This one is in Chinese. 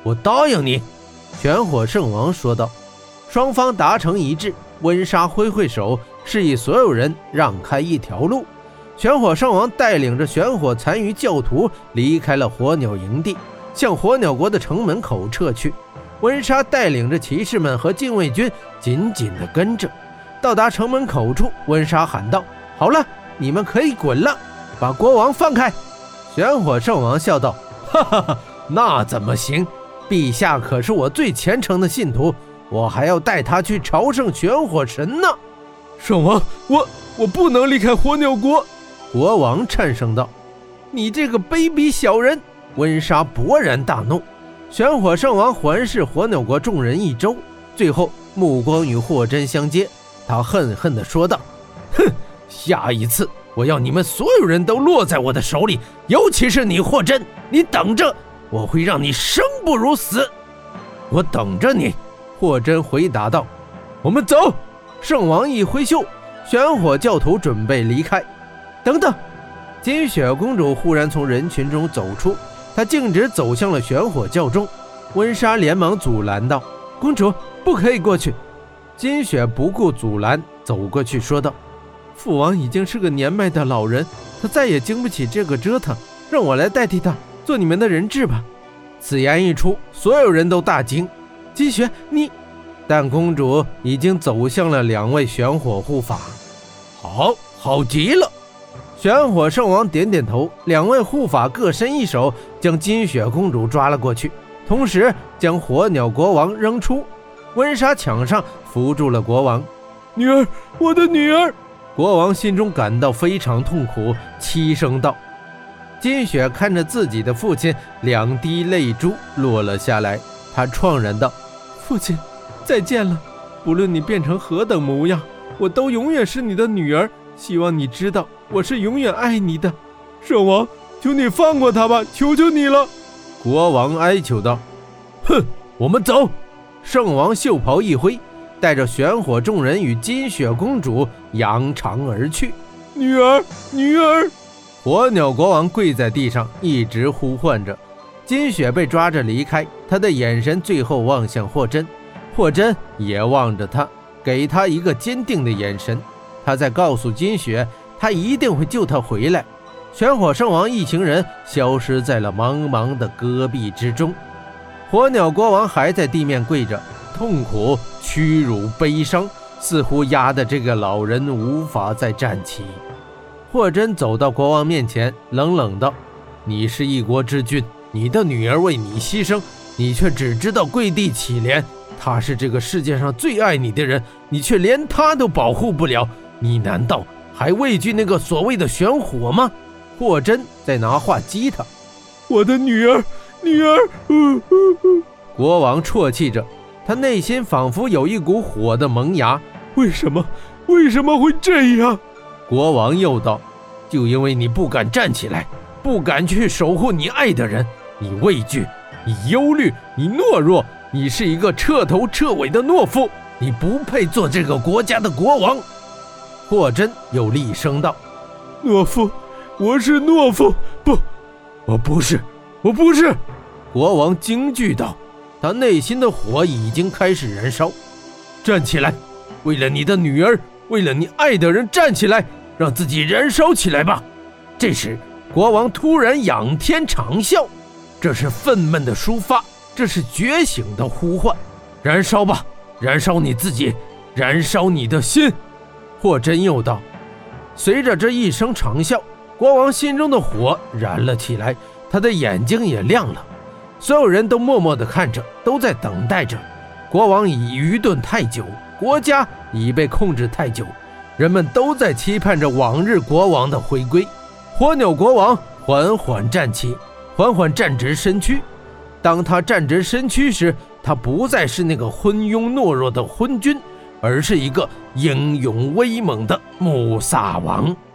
我答应你。玄火圣王说道。双方达成一致，温莎挥挥手，示意所有人让开一条路。玄火圣王带领着玄火残余教徒离开了火鸟营地，向火鸟国的城门口撤去。温莎带领着骑士们和禁卫军紧紧地跟着。到达城门口处，温莎喊道：好了，你们可以滚了，把国王放开。玄火圣王笑道：哈哈哈，那怎么行？陛下可是我最虔诚的信徒，我还要带他去朝圣玄火神呢。 圣王，我不能离开火鸟国。 国王颤声道：你这个卑鄙小人！温莎勃然大怒。玄火圣王环视火鸟国众人一周，最后目光与霍真相接，他恨恨地说道：哼，下一次我要你们所有人都落在我的手里，尤其是你霍真，你等着，我会让你生不如死。我等着你。霍真回答道。我们走。圣王一挥袖，玄火教徒准备离开。等等！金雪公主忽然从人群中走出，她径直走向了玄火教中。温莎连忙阻拦道：公主不可以过去。金雪不顾阻拦，走过去说道：父王已经是个年迈的老人，他再也经不起这个折腾，让我来代替他做你们的人质吧。此言一出，所有人都大惊。金雪，你……但公主已经走向了两位玄火护法。好极了。玄火圣王点点头，两位护法各伸一手，将金雪公主抓了过去，同时将火鸟国王扔出。温莎抢上扶住了国王。 女儿，我的女儿！ 国王心中感到非常痛苦，凄声道。金雪看着自己的父亲，两滴泪珠落了下来，他怆然道：父亲，再见了，不论你变成何等模样，我都永远是你的女儿，希望你知道我是永远爱你的。 圣王，求你放过他吧，求求你了。 国王哀求道。哼，我们走。圣王袖袍一挥，带着玄火众人与金雪公主扬长而去。 女儿，女儿！ 火鸟国王跪在地上，一直呼唤着。金雪被抓着离开，他的眼神最后望向霍真，霍真也望着他，给他一个坚定的眼神。他在告诉金雪，他一定会救他回来。玄火圣王一行人消失在了茫茫的戈壁之中。火鸟国王还在地面跪着，痛苦、屈辱、悲伤似乎压得这个老人无法再站起。霍真走到国王面前，冷冷道：你是一国之君，你的女儿为你牺牲，你却只知道跪地乞怜。他是这个世界上最爱你的人，你却连他都保护不了，你难道还畏惧那个所谓的玄火吗？霍真在拿话激他。 我的女儿，女儿！ 国王啜泣着，他内心仿佛有一股火的萌芽。 为什么会这样？ 国王又道：就因为你不敢站起来，不敢去守护你爱的人，你畏惧，你忧虑，你懦弱，你是一个彻头彻尾的懦夫，你不配做这个国家的国王。霍真又厉声道： 懦夫，我是懦夫，不，我不是。 国王惊惧道，他内心的火已经开始燃烧。站起来，为了你的女儿，为了你爱的人，站起来，让自己燃烧起来吧。这时国王突然仰天长啸，这是愤懑的抒发，这是觉醒的呼唤。燃烧吧，燃烧你自己，燃烧你的心。霍真又道。随着这一声长啸，国王心中的火燃了起来，他的眼睛也亮了。所有人都默默地看着，都在等待着。国王已愚钝太久，国家已被控制太久，人们都在期盼着往日国王的回归。火鸟国王缓缓站起，缓缓站直身躯。当他站直身躯时，他不再是那个昏庸懦弱的昏君，而是一个英勇威猛的穆萨王。